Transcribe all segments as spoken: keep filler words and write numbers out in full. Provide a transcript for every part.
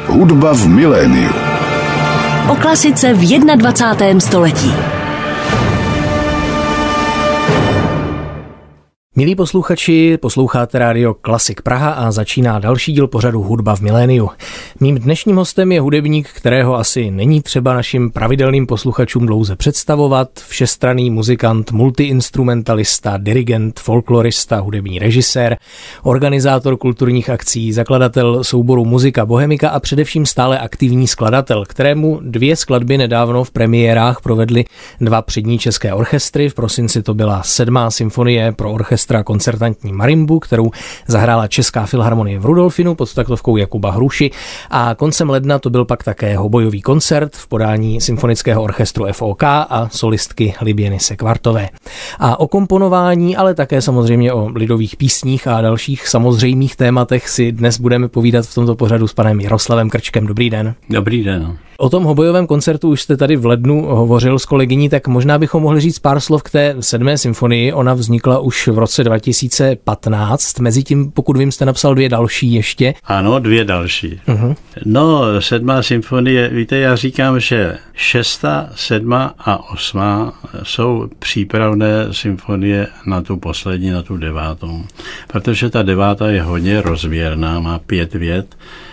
Hudba v miléniu. O klasice v dvacátém prvním století. Milí posluchači, posloucháte rádio Klasik Praha a začíná další díl pořadu Hudba v miléniu. Mým dnešním hostem je hudebník, kterého asi není třeba našim pravidelným posluchačům dlouze představovat, všestranný muzikant, multiinstrumentalista, dirigent, folklorista, hudební režisér, organizátor kulturních akcí, zakladatel souboru Muzika Bohemika a především stále aktivní skladatel, kterému dvě skladby nedávno v premiérách provedly dva přední české orchestry. V prosinci to byla sedmá symfonie pro orchestr koncertantní marimbu, kterou zahrála Česká filharmonie v Rudolfinu pod taktovkou Jakuba Hruši, a koncem ledna to byl pak také hobojový koncert v podání symfonického orchestru F O K a solistky Liběny Sekvartové. A o komponování, ale také samozřejmě o lidových písních a dalších samozřejmých tématech si dnes budeme povídat v tomto pořadu s panem Jaroslavem Krčkem. Dobrý den. Dobrý den. O tom hobojovém koncertu už jste tady v lednu hovořil s kolegyní, tak možná bychom mohli říct pár slov k té sedmé symfonii. Ona vznikla už v roce dva tisíce patnáct. Mezitím, pokud vím, jste napsal dvě další ještě. Ano, dvě další. Uh-huh. No, sedmá symfonie, víte, já říkám, že šestá, sedmá a osmá jsou přípravné symfonie na tu poslední, na tu devátou. Protože ta devátá je hodně rozměrná, má pět vět.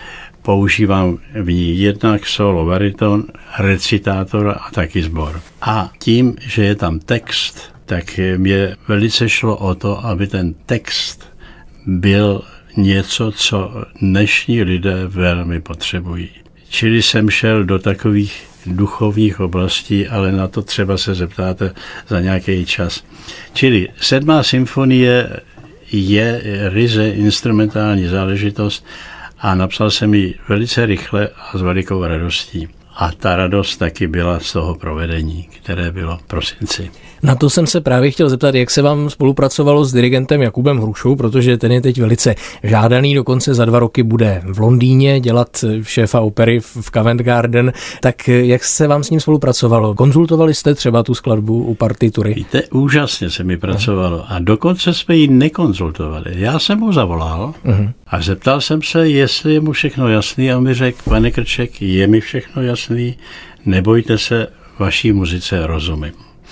Používám v ní jednak solo bariton, recitátor a taky sbor. A tím, že je tam text, tak mě velice šlo o to, aby ten text byl něco, co dnešní lidé velmi potřebují. Čili jsem šel do takových duchovních oblastí, ale na to třeba se zeptáte za nějaký čas. Čili sedmá symfonie je ryze instrumentální záležitost a napsal jsem ji velice rychle a s velikou radostí. A ta radost taky byla z toho provedení, které bylo v prosinci. Na to jsem se právě chtěl zeptat, jak se vám spolupracovalo s dirigentem Jakubem Hrušou, protože ten je teď velice žádaný, dokonce za dva roky bude v Londýně dělat šéfa opery v Covent Garden. Tak jak se vám s ním spolupracovalo? Konzultovali jste třeba tu skladbu u partitury? Víte, úžasně se mi pracovalo a dokonce jsme ji nekonzultovali. Já jsem mu zavolal uh-huh. a zeptal jsem se, jestli je mu všechno jasný, a on mi řekl: pane Krček, je mi všechno jasný, nebojte se, vaší muzice rozumím.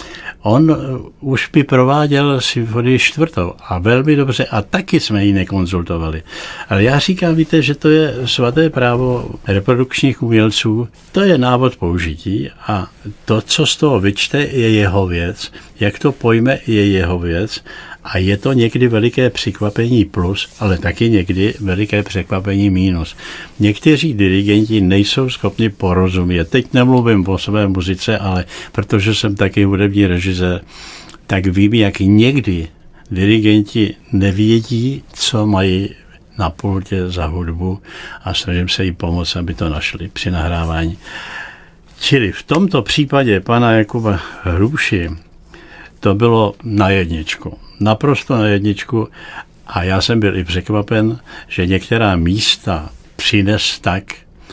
On už by prováděl symfonii čtvrtou a velmi dobře, a taky jsme ji nekonzultovali. Ale já říkám, víte, že to je svaté právo reprodukčních umělců, to je návod použití a to, co z toho vyčte, je jeho věc, jak to pojme, je jeho věc. A je to někdy veliké překvapení plus, ale taky někdy veliké překvapení mínus. Někteří dirigenti nejsou schopni porozumět. Teď nemluvím o své muzice, ale protože jsem taky hudební režisér, tak vím, jak někdy dirigenti nevědí, co mají na pultě za hudbu, a snažím se jí pomoct, aby to našli při nahrávání. Čili v tomto případě pana Jakuba Hruši to bylo na jedničku. Naprosto na jedničku, a já jsem byl i překvapen, že některá místa přines tak,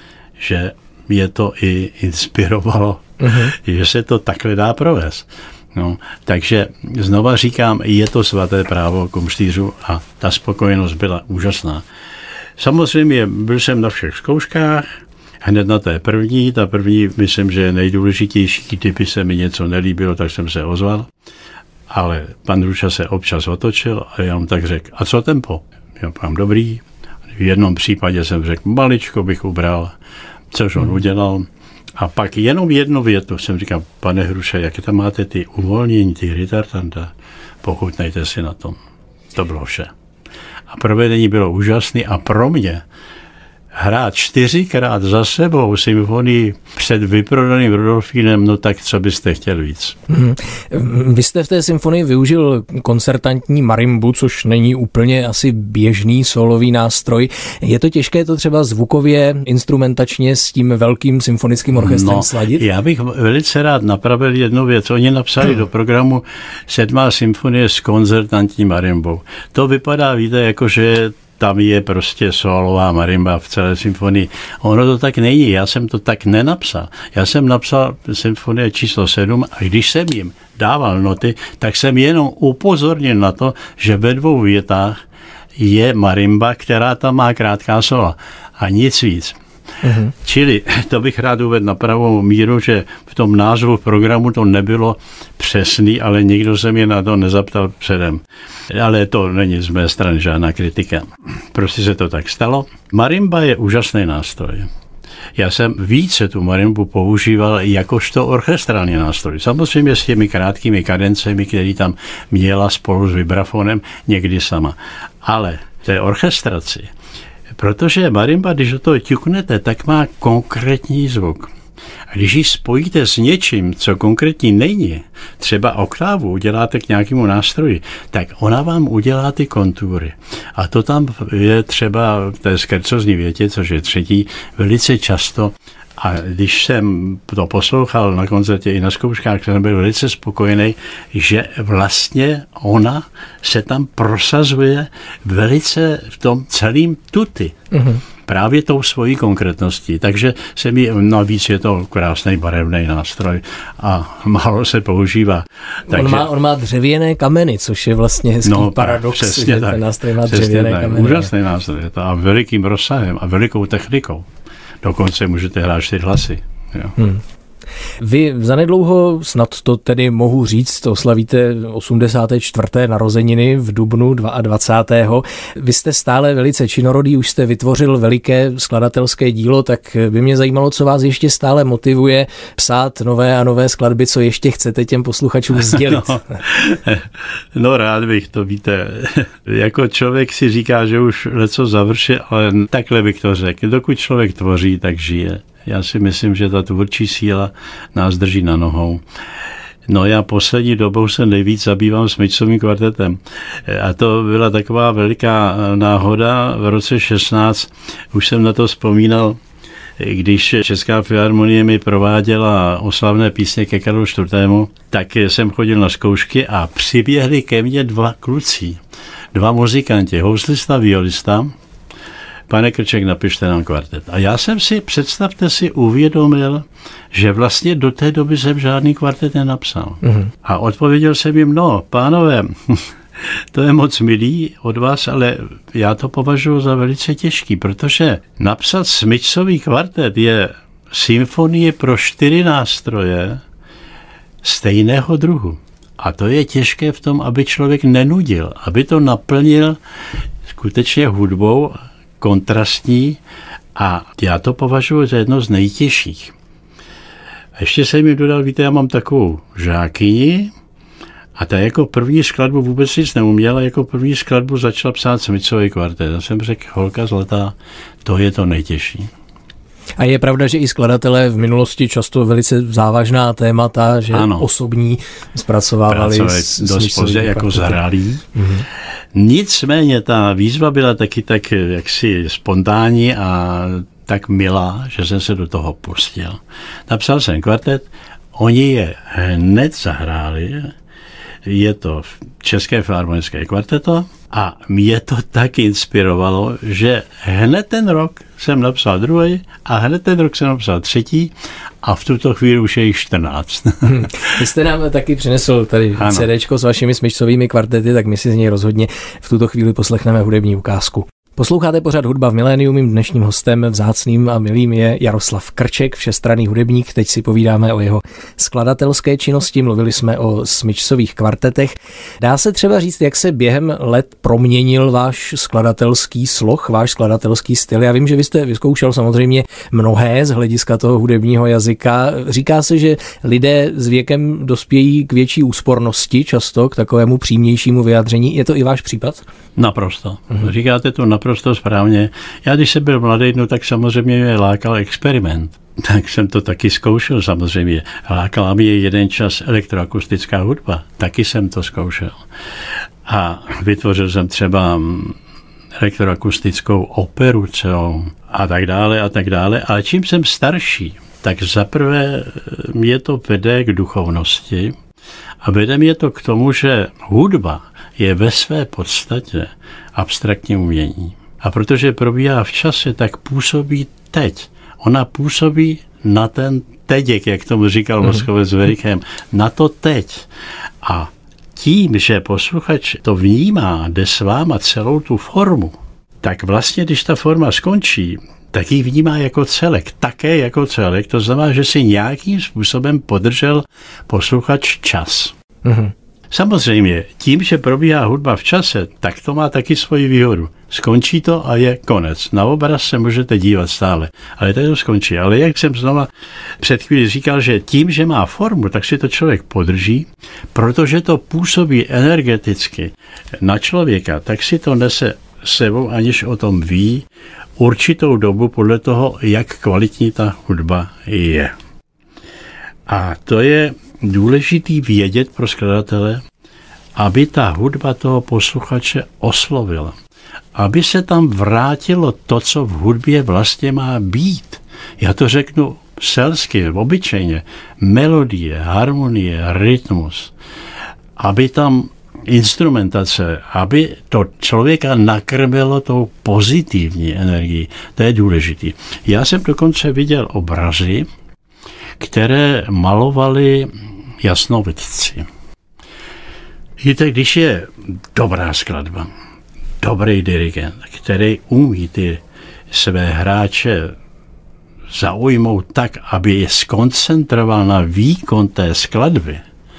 že mě to i inspirovalo, uh-huh. že se to takhle dá provést. No, takže znova říkám, je to svaté právo kumštýřů a ta spokojenost byla úžasná. Samozřejmě byl jsem na všech zkouškách, hned na té první, ta první, myslím, že nejdůležitější, kdyby se mi něco nelíbilo, tak jsem se ozval. Ale pan Hruša se občas otočil a já mu tak řekl: a co tempo? Já mám dobrý. V jednom případě jsem řekl, maličko bych ubral, což on hmm. udělal. A pak jenom jednu větu jsem říkal: pane Hruša, jak tam máte ty uvolnění, ty retardanta? Pochutnejte si na tom. To bylo vše. A provedení bylo úžasné a pro mě hrát čtyřikrát za sebou symfonii před vyprodaným Rudolfínem, no tak co byste chtěl víc? Hmm. Vy jste v té symfonii využil koncertantní marimbu, což není úplně asi běžný solový nástroj. Je to těžké to třeba zvukově, instrumentačně s tím velkým symfonickým orchestrem no, sladit? Já bych velice rád napravil jednu věc. Oni napsali hmm. do programu sedmá symfonie s koncertantní marimbou. To vypadá, víte, jako že tam je prostě solová marimba v celé symfonii. Ono to tak není, já jsem to tak nenapsal. Já jsem napsal symfonie číslo sedm a když jsem jim dával noty, tak jsem jenom upozornil na to, že ve dvou větách je marimba, která tam má krátká sola a nic víc. Uh-huh. Čili to bych rád uvedl na pravou míru, že v tom názvu programu to nebylo přesný, ale nikdo se mě na to nezaptal předem. Ale to není z mé strany žádná kritika. Prostě se to tak stalo. Marimba je úžasný nástroj. Já jsem více tu marimbu používal jakožto orchestrální nástroj. Samozřejmě s těmi krátkými kadencemi, které tam měla spolu s vibrafonem, někdy sama. Ale té orchestraci, protože marimba, když do toho ťuknete, tak má konkrétní zvuk. A když ji spojíte s něčím, co konkrétní není, třeba oktávu uděláte k nějakému nástroji, tak ona vám udělá ty kontury. A to tam je třeba v té skercozní větě, což je třetí, velice často. A když jsem to poslouchal na koncertě i na zkouškách, jsem byl velice spokojený, že vlastně ona se tam prosazuje velice v tom celým tuty. Mm-hmm. Právě tou svojí konkrétností. Takže se mi, navíc je to krásný barevný nástroj a málo se používá. Takže, on, má, on má dřevěné kameny, což je vlastně hezký no, paradox, přesně že tak, ten nástroj má dřevěné tak, kameny. Úžasný nástroj a velikým rozsahem a velikou technikou. Dokonce můžete hrát čtyři hlasy. Jo. Hmm. Vy zanedlouho, snad to tedy mohu říct, oslavíte osmdesáté čtvrté narozeniny v dubnu dvacátého druhého Vy jste stále velice činorodý, už jste vytvořil veliké skladatelské dílo, tak by mě zajímalo, co vás ještě stále motivuje psát nové a nové skladby, co ještě chcete těm posluchačům sdělit. No, no rád bych, to víte. Jako člověk si říká, že už leco završí, ale takhle bych to řekl. Dokud člověk tvoří, tak žije. Já si myslím, že ta tvůrčí síla nás drží na nohou. No já poslední dobou se nejvíc zabývám smyčcovým kvartetem. A to byla taková veliká náhoda. V roce šestnáct už jsem na to vzpomínal, když Česká filharmonie mi prováděla oslavné písně ke Karlu čtvrtému, tak jsem chodil na zkoušky a přiběhli ke mně dva kluci, dva muzikanti, houslista, violista. Pane Krček, napište nám kvartet. A já jsem si, představte si, uvědomil, že vlastně do té doby jsem žádný kvartet nenapsal. Mm-hmm. A odpověděl jsem jim, no, pánové, to je moc milý od vás, ale já to považuji za velice těžký, protože napsat smyčcový kvartet je symfonie pro čtyři nástroje stejného druhu. A to je těžké v tom, aby člověk nenudil, aby to naplnil skutečně hudbou, kontrastní, a já to považuji za jedno z nejtěžších. A ještě jsem mi dodal, víte, já mám takovou žákyni a ta jako první skladbu vůbec nic neuměla, jako první skladbu začala psát smyčcový kvartet. Já jsem řekl, holka zlatá, to je to nejtěžší. A je pravda, že i skladatelé v minulosti často velice závažná témata, že ano, osobní zpracovávali dost pozdě jako zralí. Mm-hmm. Nicméně ta výzva byla taky tak jaksi spontánní a tak milá, že jsem se do toho pustil. Napsal jsem kvartet, oni je hned zahráli, je to České filharmonické kvarteto a mě to tak inspirovalo, že hned ten rok jsem napsal druhý a hned ten rok jsem napsal třetí a v tuto chvíli už je jich čtrnáct. Hmm. Vy jste nám taky přinesl tady CDčko s vašimi smyčcovými kvartety, tak my si z něj rozhodně v tuto chvíli poslechneme hudební ukázku. Posloucháte pořad Hudba v miléniu, mým dnešním hostem vzácným a milým je Jaroslav Krček, všestranný hudebník. Teď si povídáme o jeho skladatelské činnosti, mluvili jsme o smyčcových kvartetech. Dá se třeba říct, jak se během let proměnil váš skladatelský sloh, váš skladatelský styl? Já vím, že vy jste vyzkoušel samozřejmě mnohé z hlediska toho hudebního jazyka. Říká se, že lidé s věkem dospějí k větší úspornosti, často k takovému přímějšímu vyjádření. Je to i váš případ? Naprosto. Mhm. Říkáte to naprosto správně. Já, když jsem byl mladý, no tak samozřejmě mě lákal experiment. Tak jsem to taky zkoušel samozřejmě. Lákala mě jeden čas elektroakustická hudba. Taky jsem to zkoušel. A vytvořil jsem třeba elektroakustickou operu celou a tak dále a tak dále. Ale čím jsem starší, tak zaprvé mě to vede k duchovnosti a vede mě to k tomu, že hudba je ve své podstatě abstraktní umění. A protože probíhá v čase, tak působí teď. Ona působí na ten teděk, jak tomu říkal Moskovec Verichem, na to teď. A tím, že posluchač to vnímá, jde s váma celou tu formu, tak vlastně, když ta forma skončí, tak ji vnímá jako celek, také jako celek. To znamená, že si nějakým způsobem podržel posluchač čas. Mm-hmm. Samozřejmě, tím, že probíhá hudba v čase, tak to má taky svoji výhodu. Skončí to a je konec. Na obraz se můžete dívat stále, ale tady to skončí. Ale jak jsem znova před chvíli říkal, že tím, že má formu, tak si to člověk podrží, protože to působí energeticky na člověka, tak si to nese sebou, aniž o tom ví, určitou dobu podle toho, jak kvalitní ta hudba je. A to je důležitý vědět pro skladatele, aby ta hudba toho posluchače oslovila. Aby se tam vrátilo to, co v hudbě vlastně má být. Já to řeknu selsky, obyčejně. Melodie, harmonie, rytmus. Aby tam instrumentace, aby to člověka nakrmilo tou pozitivní energií. To je důležitý. Já jsem dokonce viděl obrazy, které malovali jasnovidci. Víte, když je dobrá skladba, dobrý dirigent, který umí ty své hráče zaujmout tak, aby je skoncentroval na výkon té skladby,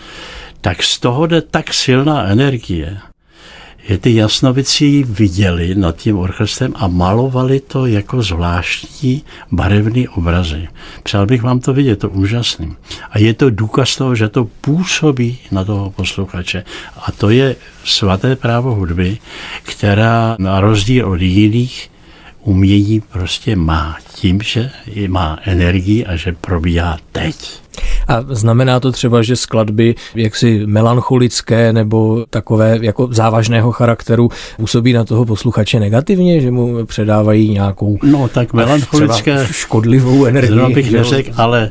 tak z toho jde tak silná energie, že ty jasnovici viděli nad tím orchestrem a malovali to jako zvláštní barevný obrazy. Přál bych vám to vidět, to úžasný. A je to důkaz toho, že to působí na toho posluchače. A to je svaté právo hudby, která na rozdíl od jiných umění prostě má tím, že má energii a že probíhá teď. A znamená to třeba, že skladby jaksi melancholické nebo takové jako závažného charakteru působí na toho posluchače negativně, že mu předávají nějakou no tak melancholické škodlivou energii? Zrovna bych neřekl, ale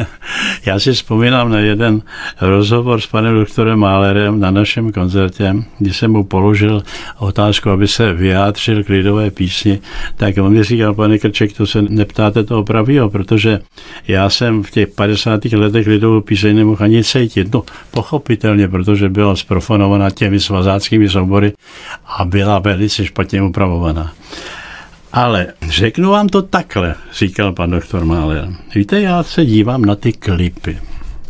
já si vzpomínám na jeden rozhovor s panem doktorem Mahlerem na našem koncertě, kdy jsem mu položil otázku, aby se vyjádřil k lidové písni, tak on mi říkal, pane Krček, to se neptáte toho pravýho, protože já jsem v těch padesátých letech lidovou píseň nemohl ani cítit. No, pochopitelně, protože byla zprofanovaná těmi svazáckými soubory a byla velice špatně upravovaná. Ale řeknu vám to takhle, říkal pan doktor Mahler. Víte, já se dívám na ty klipy.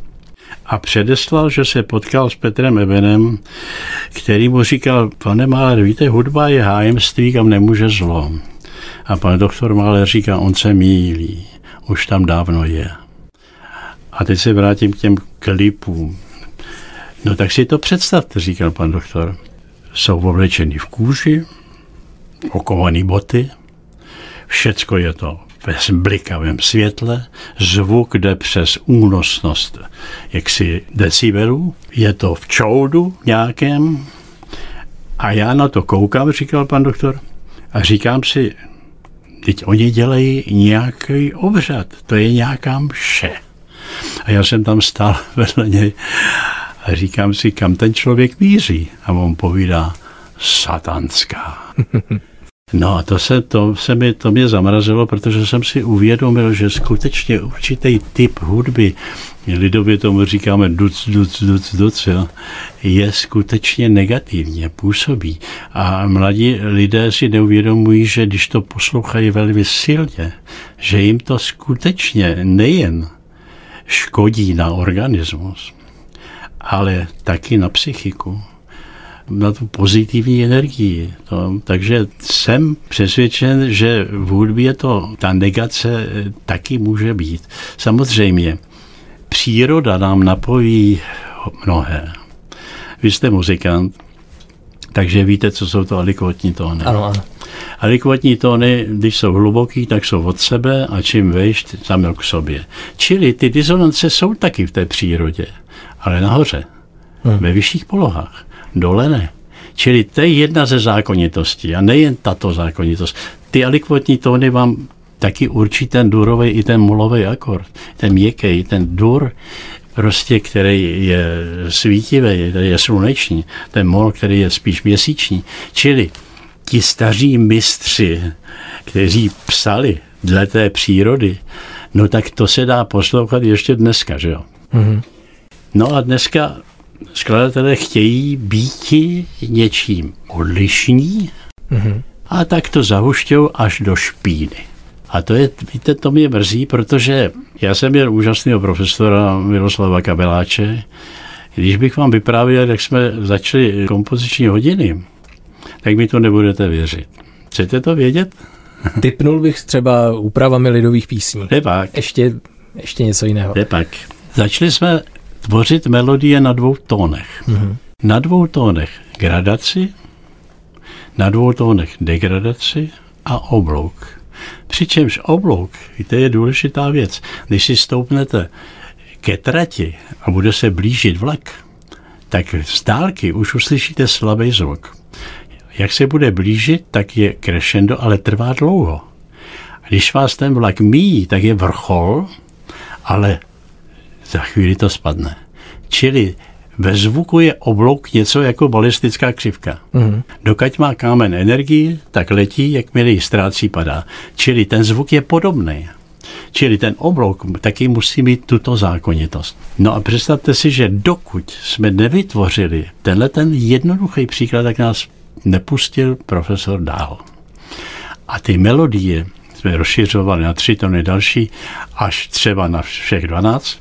A předeslal, že se potkal s Petrem Ebenem, který mu říkal, pane Mahler, víte, hudba je hájemství, kam nemůže zlo. A pan doktor Mahler říká, on se mýlí, už tam dávno je. A teď se vrátím k těm klipům. No tak si to představte, říkal pan doktor. Jsou oblečení v kůži, okovaný boty, všecko je to ve blikavém světle, zvuk jde přes únosnost jaksi decibelů, je to v čoudu nějakém a já na to koukám, říkal pan doktor, a říkám si, teď oni dělají nějaký obřad, to je nějaká mše. A já jsem tam stál vedle něj a říkám si, kam ten člověk míří. A on povídá, satanská. No a to se, to se mi, to mě zamrazilo, protože jsem si uvědomil, že skutečně určitý typ hudby, lidově tomu říkáme duc, duc, duc, duc, jo, je skutečně negativně, působí. A mladí lidé si neuvědomují, že když to poslouchají velmi silně, že jim to skutečně nejen škodí na organismus, ale taky na psychiku, na tu pozitivní energii. To, takže jsem přesvědčen, že v hudbě to, ta negace taky může být. Samozřejmě, příroda nám napojí mnohé. Vy jste muzikant, takže víte, co jsou to alikvotní tóny. Ano, ano. Alikvotní tóny, když jsou hluboký, tak jsou od sebe a čím vejš, tam k sobě. Čili ty disonance jsou taky v té přírodě, ale nahoře, hmm. ve vyšších polohách, dole ne. Čili to je jedna ze zákonitostí a nejen tato zákonitost. Ty alikvotní tóny vám taky určí ten durový i ten molový akord, ten měkký, ten dur, prostě, který je svítivý, který je sluneční, ten mol, který je spíš měsíční. Čili ti staří mistři, kteří psali dle té přírody, no tak to se dá poslouchat ještě dneska, že jo? Mm-hmm. No a dneska skladatelé chtějí býti něčím odlišní mm-hmm. a tak to zahušťou až do špíny. A A to je, víte, to mě mrzí, protože já jsem měl úžasného profesora Miroslava Kabeláče. Když bych vám vyprávěl, jak jsme začali kompoziční hodiny, tak mi to nebudete věřit. Chcete to vědět? Tipnul bych třeba úpravami lidových písní. Nepak. Ještě, ještě něco jiného. Nepak. Začali jsme tvořit melodie na dvou tónech. Mm-hmm. Na dvou tónech gradaci, na dvou tónech degradaci a oblouk. Přičemž oblouk, víte, je důležitá věc. Když si stoupnete ke trati a bude se blížit vlak, tak z dálky už uslyšíte slabý zvuk. Jak se bude blížit, tak je crescendo, ale trvá dlouho. Když vás ten vlak míjí, tak je vrchol, ale za chvíli to spadne. Čili ve zvuku je oblouk něco jako balistická křivka. Mm. Dokud má kámen energii, tak letí, jakmile ji ztrácí, padá. Čili ten zvuk je podobný. Čili ten oblouk taky musí mít tuto zákonitost. No a představte si, že dokud jsme nevytvořili tenhle ten jednoduchý příklad, tak nás nepustil profesor dál. A ty melodie jsme rozšiřovali na tři tóny další, až třeba na všech dvanáct.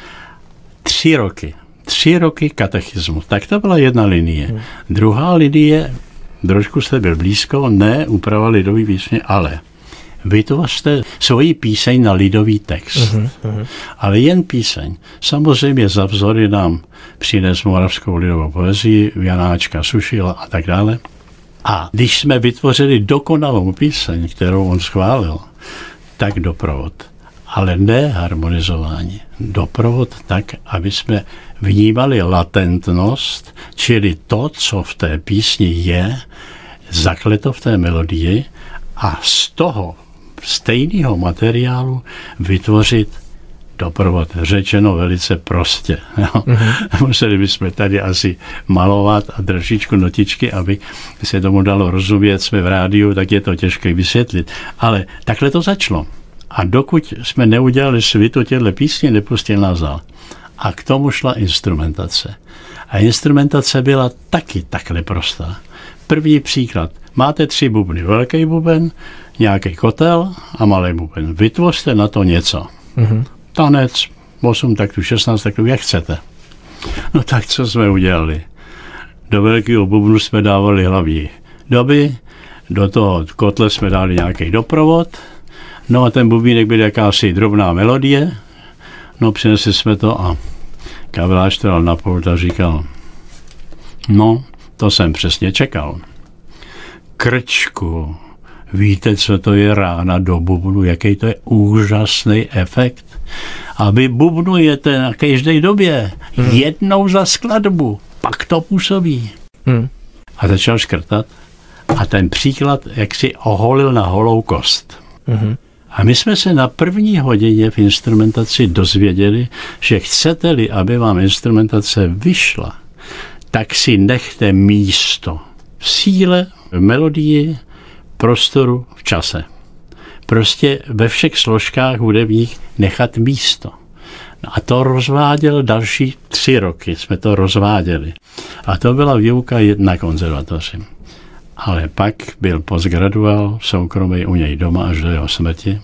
Tři roky. Tři roky katechismu. Tak to byla jedna linie. Hmm. Druhá linie, trošku jste byl blízko, ne úprava lidový písně, ale vytvořte svoji píseň na lidový text. Uh-huh, uh-huh. Ale jen píseň. Samozřejmě za vzory nám přines moravskou lidovou poezii, Janáčka, Sušila a tak dále. A když jsme vytvořili dokonalou píseň, kterou on schválil, tak doprovod. Ale ne harmonizování. Doprovod tak, aby jsme vnímali latentnost, čili to, co v té písni je, zakleto v té melodii a z toho stejného materiálu vytvořit doprovod. Řečeno velice prostě. Mm-hmm. Museli bychom tady asi malovat a trošičku notičky, aby se tomu dalo rozumět. Jsme v rádiu, tak je to těžké vysvětlit. Ale takhle to začalo. A dokud jsme neudělali svitu těchto písní, nepustil nás dál. A k tomu šla instrumentace. A instrumentace byla taky takhle prostá. První příklad. Máte tři bubny. Velký buben, nějaký kotel a malý buben. Vytvořte na to něco. Mm-hmm. Tanec, osm taktů, šestnáct taktů, jak chcete. No tak co jsme udělali? Do velkého bubnu jsme dávali hlavní doby, do toho kotle jsme dali nějaký doprovod, no a ten bubínek byl jakási drobná melodie, no přinesli jsme to a Kabeláč to dal na pult a říkal, no, to jsem přesně čekal. Krčku, víte, co to je rána do bubnu, jaký to je úžasný efekt. A vy bubnujete na každé době, hmm. jednou za skladbu, pak to působí. Hmm. A začal škrtat a ten příklad jak si oholil na holou kost. Hmm. A my jsme se na první hodině v instrumentaci dozvěděli, že chcete-li, aby vám instrumentace vyšla, tak si nechte místo v síle, v melodii, prostoru, v čase. Prostě ve všech složkách hudebních nechat místo. No a to rozváděl další tři roky, jsme to rozváděli. A to byla výuka na konzervatoři. Ale pak byl postgraduál soukromý u něj doma až do jeho smrti,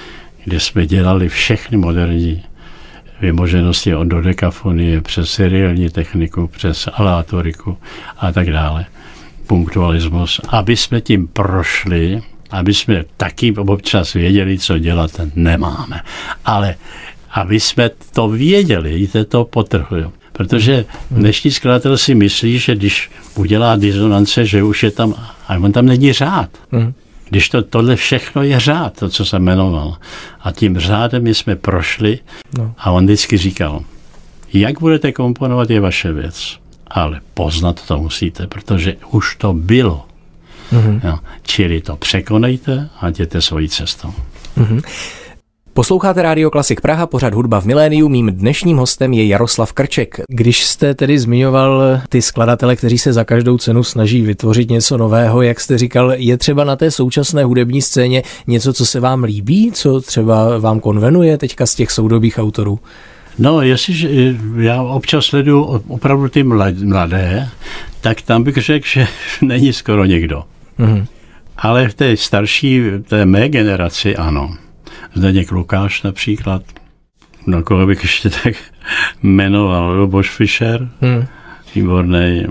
kde jsme dělali všechny moderní vymoženosti od dodekafonie přes seriální techniku, přes aleatoriku a tak dále. Punktualismus, aby jsme tím prošli, aby jsme taky občas věděli, co dělat nemáme. Ale aby jsme to věděli, víte, to potrhuju. Protože dnešní skladatel si myslí, že když udělá disonance, že už je tam, a on tam není řád. Když to, tohle všechno je řád, to, co jsem jmenoval. A tím řádem jsme prošli a on vždycky říkal, jak budete komponovat, je vaše věc. Ale poznat to musíte, protože už to bylo. Mm-hmm. No, čili to překonejte a jděte svojí cestou. Mm-hmm. Posloucháte Rádio Klasik Praha, pořad Hudba v miléniu. Mým dnešním hostem je Jaroslav Krček. Když jste tedy zmiňoval ty skladatele, kteří se za každou cenu snaží vytvořit něco nového, jak jste říkal, je třeba na té současné hudební scéně něco, co se vám líbí, co třeba vám konvenuje teďka z těch soudobých autorů? No, jestliže já občas sleduju opravdu ty mladé, tak tam bych řekl, že není skoro někdo. Mm-hmm. Ale v té starší, té mé generaci ano. Zdeněk Lukáš například, no koho bych ještě tak jmenoval, Luboš Fischer, hmm. výborný.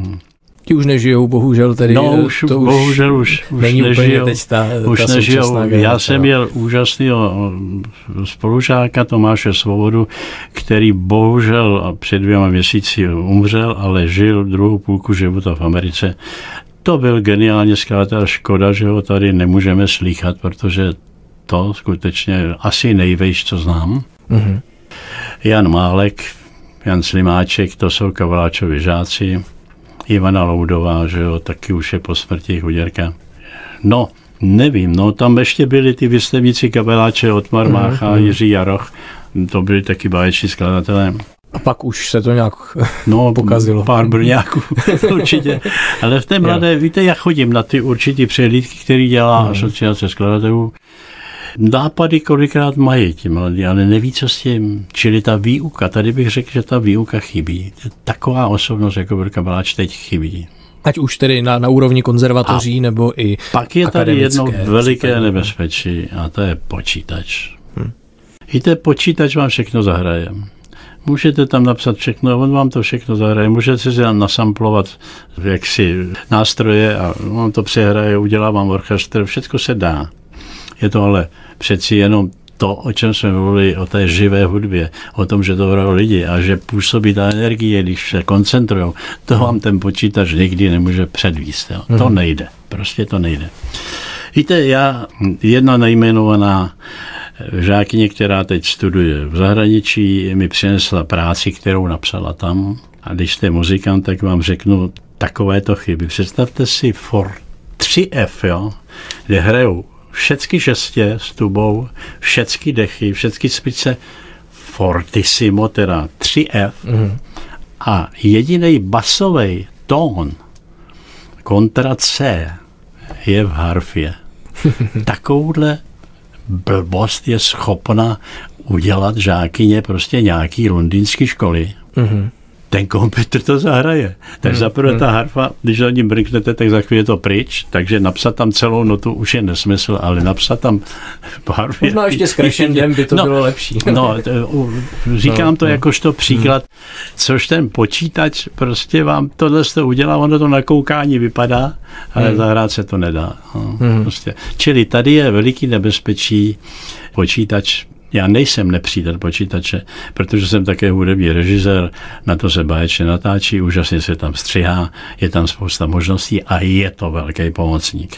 Ti už nežijou, bohužel tedy. No už, to bohužel už, už není nežijou. Teď ta, už ta nežijou. Já generace. jsem měl úžasného spolužáka Tomáše Svobodu, který bohužel před dvěma měsíci umřel, ale žil druhou půlku života v Americe. To byl geniální skladatel, škoda, že ho tady nemůžeme slýchat, protože to skutečně asi nejvejš, co znám. Mm-hmm. Jan Málek, Jan Slimáček, to jsou Kavaláčovi žáci. Ivana Loudová, že jo, taky už je po smrti chuděrka. No, nevím, no tam ještě byli ty vysledníci Kabeláče, Otmar Mácha, mm-hmm. Jiří Jaroch, to byli taky báječní skladatelé. A pak už se to nějak no, pokazilo. Pár brňáků, určitě. Ale v té mladé, jo. Víte, já chodím na ty určitý přehlídky, který dělá mm. asociace skladatelů. Nápady kolikrát mají ti mladí, ale neví, co s tím. Čili ta výuka, tady bych řekl, že ta výuka chybí. Taková osobnost, jako byl Kabeláč, teď chybí. Ať už tedy na, na úrovni konzervatoří, a nebo i pak je tady jedno veliké nebezpečí, a to je počítač. Hmm. Víte, počítač vám všechno zahraje. Můžete tam napsat všechno, on vám to všechno zahraje. Můžete si tam nasamplovat jaksi nástroje a on to přehraje, udělá vám orchestr, všechno se dá. Je to ale přeci jenom to, o čem jsme mluvili, o té živé hudbě, o tom, že to hrajou lidi a že působí ta energie, když se koncentrujou, to vám ten počítač nikdy nemůže předvíst. Jo. To nejde, prostě to nejde. Víte, já, jedna nejmenovaná žákyně, která teď studuje v zahraničí, mi přinesla práci, kterou napsala tam. A když jste muzikant, tak vám řeknu takovéto chyby. Představte si for tři ef, jo, kde hrajou všecky šestě s tubou, všecky dechy, všecky spice fortissimo, teda tři ef, mm. a jedinej basový tón kontra C je v harfě. Takovouhle blbost je schopna udělat žákyně prostě nějaký londýnský školy. Mm. Ten komputer to zahraje. Tak hmm, zaprvé hmm. ta harfa, když na ní brnknete, tak za chvíli je to pryč, takže napsat tam celou notu už je nesmysl, ale napsat tam v harfě... Možná ještě s crescendem by to no, bylo lepší. No, to, říkám no, to no. jakožto příklad, hmm. což ten počítač prostě vám tohle to udělá, ono to na koukání vypadá, ale hmm. zahrát se to nedá. No, hmm. prostě. Čili tady je veliký nebezpečí počítač. Já nejsem nepřítel počítače, protože jsem také hudební režisér, na to se báječně natáčí, úžasně se tam střihá, je tam spousta možností a je to velký pomocník.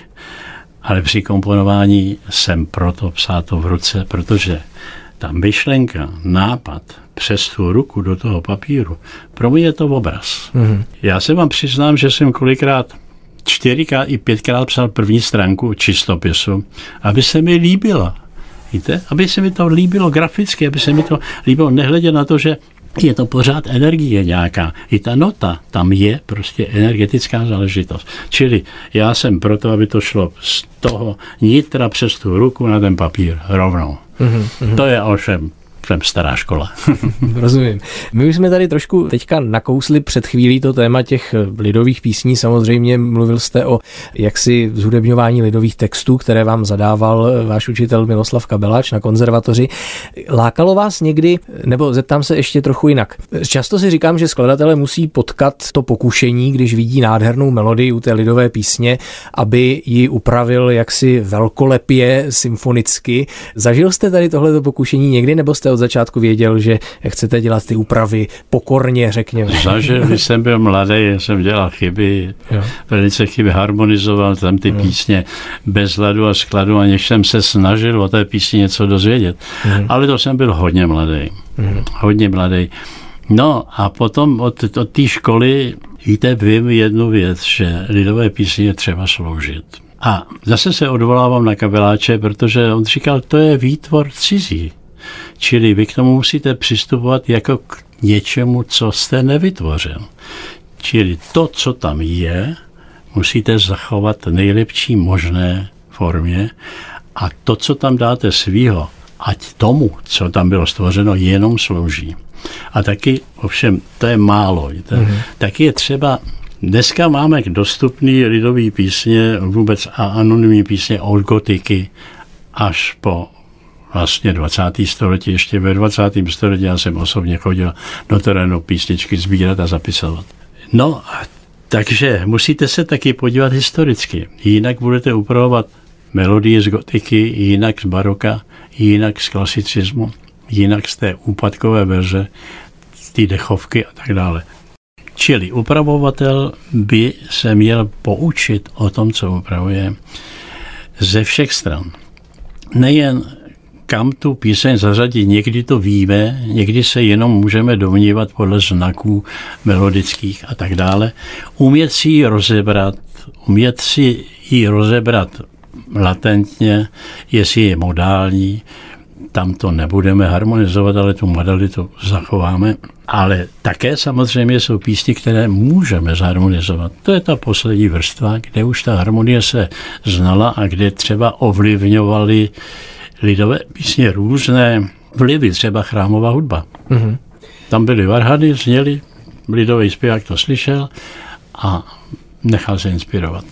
Ale při komponování jsem proto psát to v ruce, protože ta myšlenka, nápad přes tu ruku do toho papíru, pro mě je to obraz. Mm-hmm. Já se vám přiznám, že jsem kolikrát čtyřikrát i pětkrát psal první stránku čistopisu, aby se mi líbila. Víte? Aby se mi to líbilo graficky, aby se mi to líbilo, nehledě na to, že je to pořád energie nějaká. I ta nota, tam je prostě energetická záležitost. Čili já jsem proto, aby to šlo z toho nitra přes tu ruku na ten papír rovnou. Mm-hmm. To je ovšem jsem stará škola. Rozumím. My už jsme tady trošku teďka nakousli před chvílí to téma těch lidových písní. Samozřejmě mluvil jste o jaksi zhudebňování lidových textů, které vám zadával váš učitel Miloslav Kabeláč na konzervatoři. Lákalo vás někdy, nebo zeptám se ještě trochu jinak. Často si říkám, že skladatelé musí potkat to pokušení, když vidí nádhernou melodii u té lidové písně, aby ji upravil jaksi velkolepě, symfonicky. Zažil jste tady tohleto pokušení někdy, nebo jste od začátku věděl, že chcete dělat ty úpravy pokorně, řekněme? Zažil, když jsem byl mladý, jsem dělal chyby, jo. velice chyby, harmonizoval tam ty jo. písně bez hladu a skladu, a než jsem se snažil o té písni něco dozvědět. Jo. Ale to jsem byl hodně mladý. Jo. Hodně mladý. No a potom od, od té školy, víte, vím jednu věc, že lidové písně je třeba sloužit. A zase se odvolávám na Kabeláče, protože on říkal, to je výtvor cizí. Čili vy k tomu musíte přistupovat jako k něčemu, co jste nevytvořil. Čili to, co tam je, musíte zachovat v nejlepší možné formě a to, co tam dáte svýho, ať tomu, co tam bylo stvořeno, jenom slouží. A taky, ovšem, to je málo. Mm-hmm. Taky je třeba, dneska máme dostupný lidový písně, vůbec a anonymní písně od gotiky až po vlastně dvacátého století, ještě ve dvacátém století já jsem osobně chodil do terénu písničky sbírat a zapisovat. No, takže musíte se taky podívat historicky. Jinak budete upravovat melodie z gotiky, jinak z baroka, jinak z klasicismu, jinak z té úpadkové verze, z té dechovky a tak dále. Čili upravovatel by se měl poučit o tom, co upravuje, ze všech stran. Nejen kam tu píseň zařadit, někdy to víme, někdy se jenom můžeme domnívat podle znaků melodických a tak dále. Umět si ji rozebrat, umět si ji rozebrat latentně, jestli je modální, tam to nebudeme harmonizovat, ale tu modalitu zachováme. Ale také samozřejmě jsou písně, které můžeme zharmonizovat. To je ta poslední vrstva, kde už ta harmonie se znala a kde třeba ovlivňovaly lidové písně různé vlivy, třeba chrámová hudba. Mm-hmm. Tam byly varhany, zněly, lidový zpěvák to slyšel a nechal se inspirovat.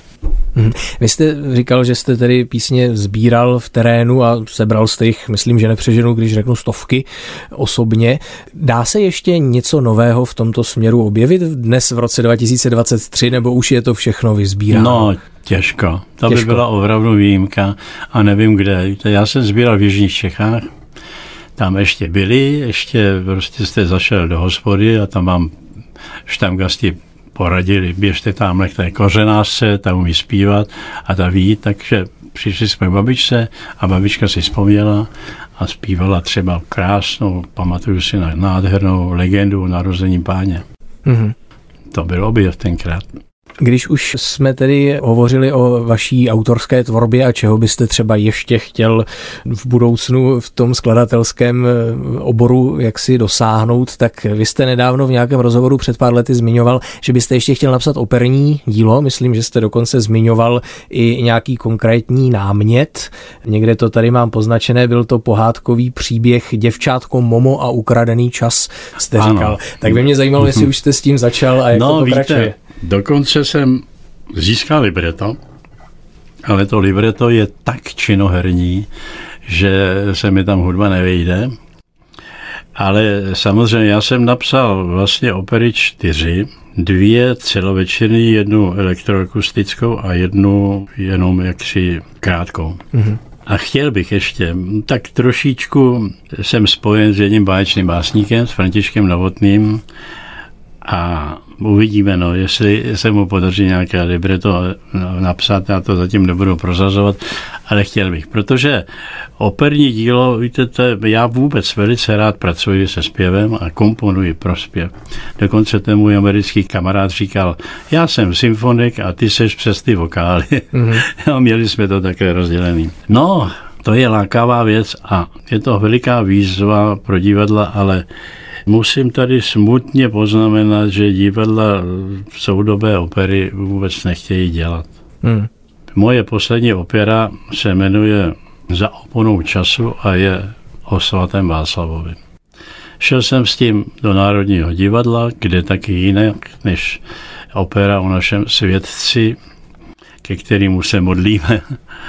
Vy jste říkal, že jste tedy písně sbíral v terénu a sebral jste jich, myslím, že nepřeženu, když řeknu stovky osobně. Dá se ještě něco nového v tomto směru objevit dnes v roce dva tisíce dvacet tři, nebo už je to všechno vyzbíráno? No, těžko. To těžko. by byla opravdu výjimka a nevím kde. Já jsem sbíral v jižních Čechách, tam ještě byli, ještě prostě jste zašel do hospody a tam vám štamgasti poradili, běžte tamhle k té kořenářce, ta umí zpívat a ta ví, takže přišli jsme k babičce a babička si vzpomněla a zpívala třeba krásnou, pamatuju si na nádhernou legendu o narození Páně. Mm-hmm. To byl objev tenkrát. Když už jsme tedy hovořili o vaší autorské tvorbě a čeho byste třeba ještě chtěl v budoucnu v tom skladatelském oboru jaksi dosáhnout, tak vy jste nedávno v nějakém rozhovoru před pár lety zmiňoval, že byste ještě chtěl napsat operní dílo. Myslím, že jste dokonce zmiňoval i nějaký konkrétní námět. Někde to tady mám poznačené, byl to pohádkový příběh Děvčátko Momo a ukradený čas, jste ano. říkal. Tak by mě zajímalo, jestli už jste s tím začal a jak no, to pokračuje. Víte, dokonce jsem získal libreto, ale to libreto je tak činoherní, že se mi tam hudba nevejde. Ale samozřejmě já jsem napsal vlastně opery čtyři, dvě celovečerní, jednu elektroakustickou a jednu jenom jaksi krátkou. Mm-hmm. A chtěl bych ještě, tak trošičku jsem spojen s jedním báječným básníkem, s Františkem Novotným, a uvidíme, no, jestli se mu podaří nějaké libreto napsat, já to zatím nebudu prozazovat, ale chtěl bych, protože operní dílo, víte, to je, já vůbec velice rád pracuji se zpěvem a komponuji pro zpěv. Dokonce ten můj americký kamarád říkal, já jsem symfonik a ty seš přes ty vokály. Mm-hmm. A měli jsme to také rozdělený. No, to je lákavá věc a je to veliká výzva pro divadla, ale musím tady smutně poznamenat, že divadla soudobé opery vůbec nechtějí dělat. Hmm. Moje poslední opera se jmenuje Za oponou času a je o svatém Václavovi. Šel jsem s tím do Národního divadla, kde taky jinak než opera o našem světci, ke kterému se modlíme.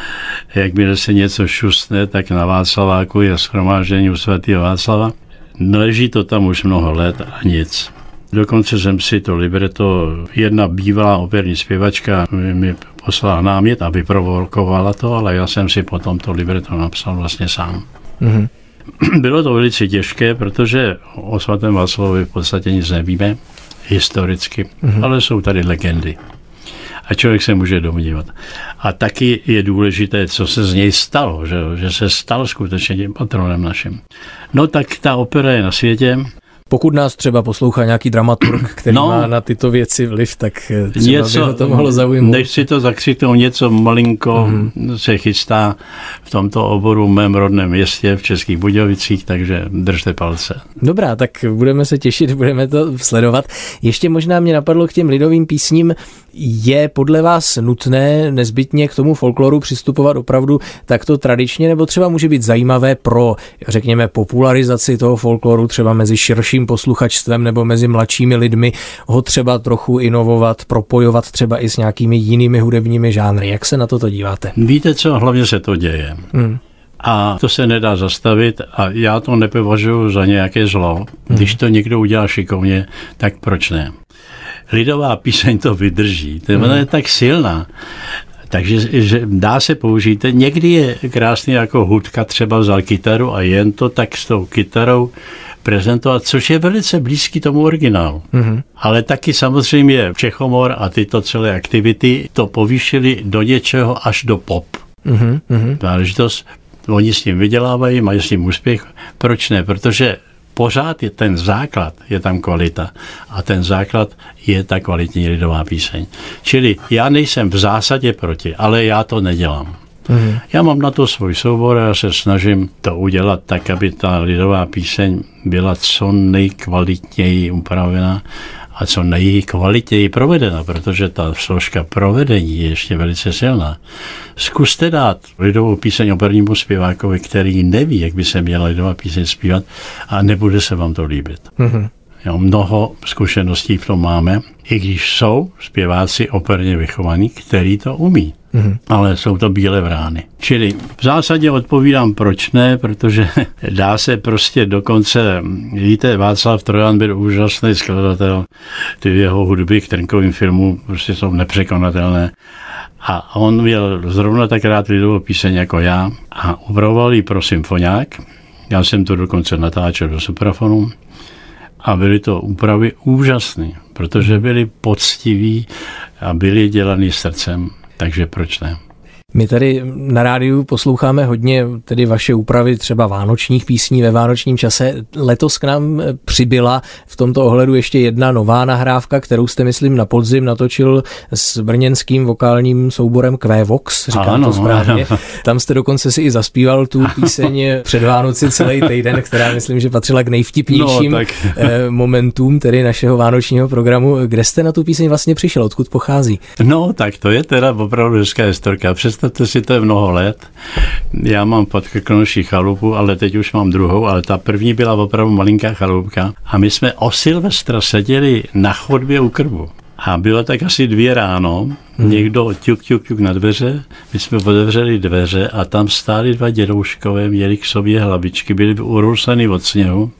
Jakmile se něco šustne, tak na Václaváku je shromáždění u svatého Václava. Leží to tam už mnoho let a nic. Dokonce jsem si to libreto, jedna bývalá operní zpěvačka mi poslala námět a vyprovokovala to, ale já jsem si potom to libreto napsal vlastně sám. Mm-hmm. Bylo to velice těžké, protože o svatém Václavovi v podstatě nic nevíme historicky, mm-hmm. ale jsou tady legendy. A člověk se může domnívat. A taky je důležité, co se z něj stalo, že, že se stal skutečně tím patronem naším. No tak ta opera je na světě. Pokud nás třeba poslouchá nějaký dramaturg, který no, má na tyto věci vliv, tak třeba něco, by ho to mohlo zaujmout. Nechci to zakřiknout, něco malinko mm. se chystá v tomto oboru v mém rodném městě v Českých Budějovicích, takže držte palce. Dobrá, tak budeme se těšit, budeme to sledovat. Ještě možná mě napadlo k těm lidovým písním, je podle vás nutné nezbytně k tomu folkloru přistupovat opravdu takto tradičně, nebo třeba může být zajímavé pro, řekněme, popularizaci toho folkloru třeba mezi širším posluchačstvem nebo mezi mladšími lidmi, ho třeba trochu inovovat, propojovat třeba i s nějakými jinými hudebními žánry. Jak se na toto díváte? Víte co, hlavně se to děje. Hmm. A to se nedá zastavit a já to nepovažuji za nějaké zlo. Když to někdo udělá šikovně, tak proč ne? Lidová píseň to vydrží. To je tak silná. Takže že dá se použít. Někdy je krásný jako hudka, třeba vzal kytaru a jen to tak s tou kytarou prezentovat, což je velice blízký tomu originálu. Mm-hmm. Ale taky samozřejmě Čechomor a tyto celé aktivity to povýšili do něčeho až do pop. Mm-hmm. Záležitost, oni s tím vydělávají, mají s tím úspěch. Proč ne? Protože pořád je ten základ, je tam kvalita. A ten základ je ta kvalitní lidová píseň. Čili já nejsem v zásadě proti, ale já to nedělám. Mm. Já mám na to svůj soubor a já se snažím to udělat tak, aby ta lidová píseň byla co nejkvalitněji upravená a co nejkvalitněji provedena, protože ta složka provedení je ještě velice silná. Zkuste dát lidovou píseň opernímu zpěvákovi, který neví, jak by se měla lidová píseň zpívat a nebude se vám to líbit. Mm-hmm. Jo, mnoho zkušeností v tom máme, i když jsou zpěváci operně vychovaní, který to umí. Mm-hmm. Ale jsou to bílé vrány. Čili v zásadě odpovídám, proč ne, protože dá se prostě dokonce, víte, Václav Trojan byl úžasný skladatel, ty jeho hudby k Trnkovým filmům prostě jsou nepřekonatelné. A on měl zrovna tak rád lidovou píseň jako já a upravoval ji pro symfoniák. Já jsem to dokonce natáčel do suprafonu. A byly to úpravy úžasné, protože byly poctiví a byly dělaný srdcem, takže proč ne? My tady na rádiu posloucháme hodně tedy vaše úpravy třeba vánočních písní ve vánočním čase. Letos k nám přibyla v tomto ohledu ještě jedna nová nahrávka, kterou jste, myslím, na podzim natočil s brněnským vokálním souborem Quevox, říkám ano, to správně. Ano. Tam jste dokonce si i zaspíval tu píseň před Vánoci celý týden, která myslím, že patřila k nejvtipnějším no, momentům tedy našeho vánočního programu. Kde jste na tu píseň vlastně přišel? Odkud pochází? No, tak to je teda opravdu hezká historka. Představte si, to je mnoho let. Já mám pod Krkonoší chalupu, ale teď už mám druhou, ale ta první byla opravdu malinká chalupka. A my jsme o Silvestra seděli na chodbě u krbu. A bylo tak asi dvě ráno, hmm. někdo ťuk, ťuk, ťuk na dveře, my jsme otevřeli dveře a tam stáli dva dědouškové, měli k sobě hlavičky, byli urousaný od sněhu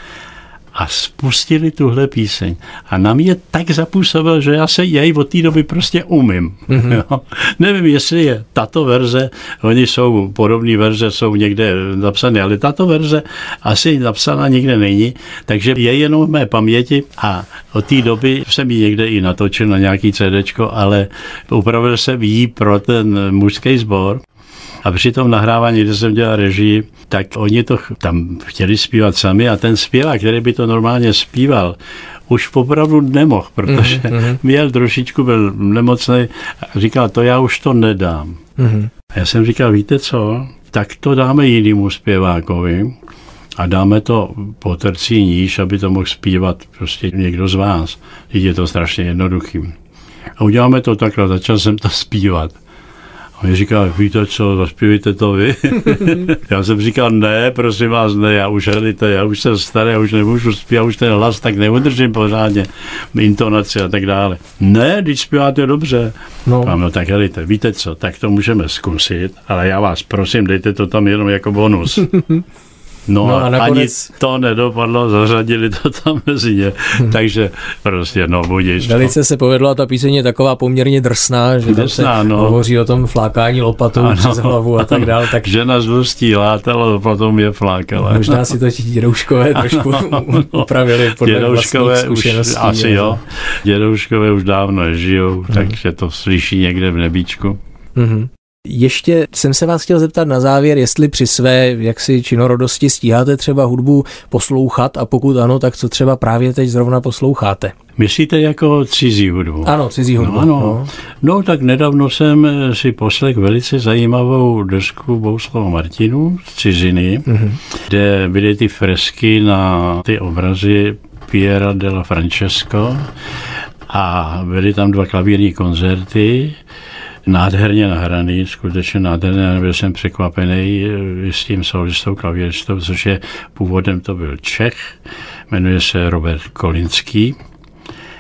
a spustili tuhle píseň. A na mě tak zapůsobil, že já se jej od té doby prostě umím. Mm-hmm. Jo? Nevím, jestli je tato verze, oni jsou, podobné verze jsou někde napsané, ale tato verze asi napsaná nikde není, takže je jenom v mé paměti a od té doby jsem ji někde i natočil na nějaký CDčko, ale upravil jsem ji pro ten mužský sbor. A při tom nahrávání, kde jsem dělal režii, tak oni to tam chtěli zpívat sami a ten zpěvák, který by to normálně zpíval, už opravdu nemohl, protože mm-hmm. měl trošičku, byl nemocný a říkal, to já už to nedám. Mm-hmm. A já jsem říkal, víte co, tak to dáme jinému zpěvákovi a dáme to po tercí níž, aby to mohl zpívat prostě někdo z vás. Je to strašně jednoduchý. A uděláme to takhle, začal jsem to zpívat. A mi říkal, víte co, zaspívejte to vy. Já jsem říkal, ne, prosím vás, ne, já už helite, já už jsem starý, já už nemůžu zpívat, já už ten hlas tak neudržím pořádně, intonaci a tak dále. Ne, když zpíváte dobře. No. A no tak helite, víte co, tak to můžeme zkusit, ale já vás prosím, dejte to tam jenom jako bonus. No, no a nakonec... ani to nedopadlo, zařadili to tam mezi ně, takže prostě no budíš. Velice no. se povedlo a ta píseň je taková poměrně drsná, že drsná, tam se no. hovoří o tom flákání lopatou ano, přes hlavu a tak dále. Tak... Žena zlostí látala, lopatou mě flákala. Možná si to ti dědouškové trošku ano, upravili podle vlastních zkušeností. Už, asi jo, dědouškové už dávno nežijou, mm. takže to slyší někde v nebíčku. Mhm. Ještě jsem se vás chtěl zeptat na závěr, jestli při své jaksi činorodosti stíháte třeba hudbu poslouchat a pokud ano, tak co třeba právě teď zrovna posloucháte? Myslíte jako cizí hudbu? Ano, cizí hudbu. No, no. No. no tak nedávno jsem si poslech velice zajímavou desku Bohuslava Martinů z ciziny, mm-hmm. kde byly ty fresky na ty obrazy Piera della Francesco a byly tam dva klavírní koncerty, nádherně nahraný, skutečně nádherně, byl jsem překvapený s tím solistou, klavíristou, což je původem to byl Čech, jmenuje se Robert Kolinský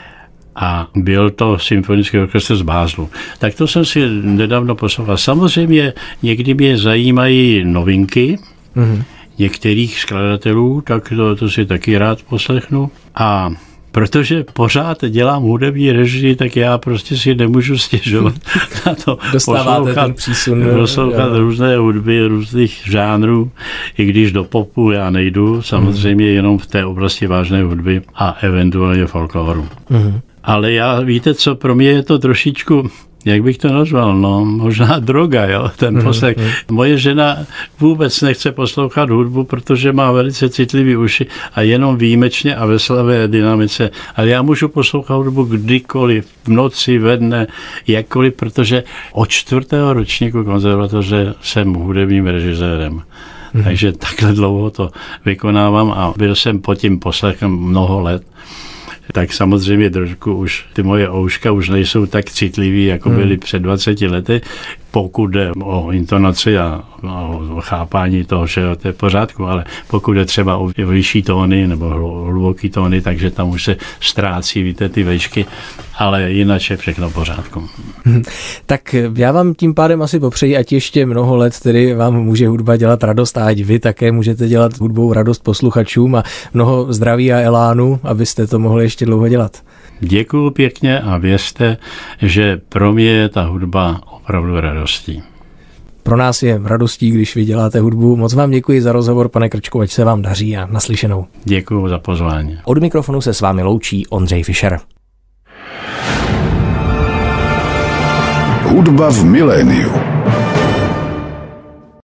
a byl to symfonický orchestr z Bázlu. Tak to jsem si nedávno poslouchal. Samozřejmě někdy mě zajímají novinky mm-hmm. některých skladatelů, tak to, to si taky rád poslechnu. A protože pořád dělám hudební režii, tak já prostě si nemůžu stěžovat na to. Dostáváte ten přísun. Poslouchat různé hudby, různých žánrů, i když do popu já nejdu, samozřejmě mm. jenom v té oblasti vážné hudby a eventuálně folkloru. Mm. Ale já, víte co, pro mě je to trošičku, jak bych to nazval, no, možná droga, jo, ten poslech. Mm, mm. Moje žena vůbec nechce poslouchat hudbu, protože má velice citlivý uši a jenom výjimečně a ve slavé dynamice. Ale já můžu poslouchat hudbu kdykoliv, v noci, ve dne, jakkoliv, protože od čtvrtého ročníku konzervatoře jsem hudebním režisérem. Mm. Takže takhle dlouho to vykonávám a byl jsem pod tím poslechem mnoho let. Tak samozřejmě trošku už ty moje ouška už nejsou tak citlivý, jako byly hmm. před dvaceti lety, pokud jde o intonaci a o chápání toho, že to je v pořádku, ale pokud jde třeba o vyšší tóny nebo hluboký tóny, takže tam už se ztrácí, víte, ty vejšky, ale jinak je všechno v pořádku. Hmm. Tak já vám tím pádem asi popřeji, ať ještě mnoho let tedy vám může hudba dělat radost a ať vy také můžete dělat hudbou radost posluchačům a mnoho zdraví a elánu, abyste to mohli ještě dlouho dělat. Děkuju pěkně a věřte, že pro mě je ta hudba opravdu radostí. Pro nás je radostí, když vy děláte hudbu. Moc vám děkuji za rozhovor, pane Krčku, ať se vám daří a naslyšenou. Děkuju za pozvání. Od mikrofonu se s vámi loučí Ondřej Fischer. Hudba v miléniu.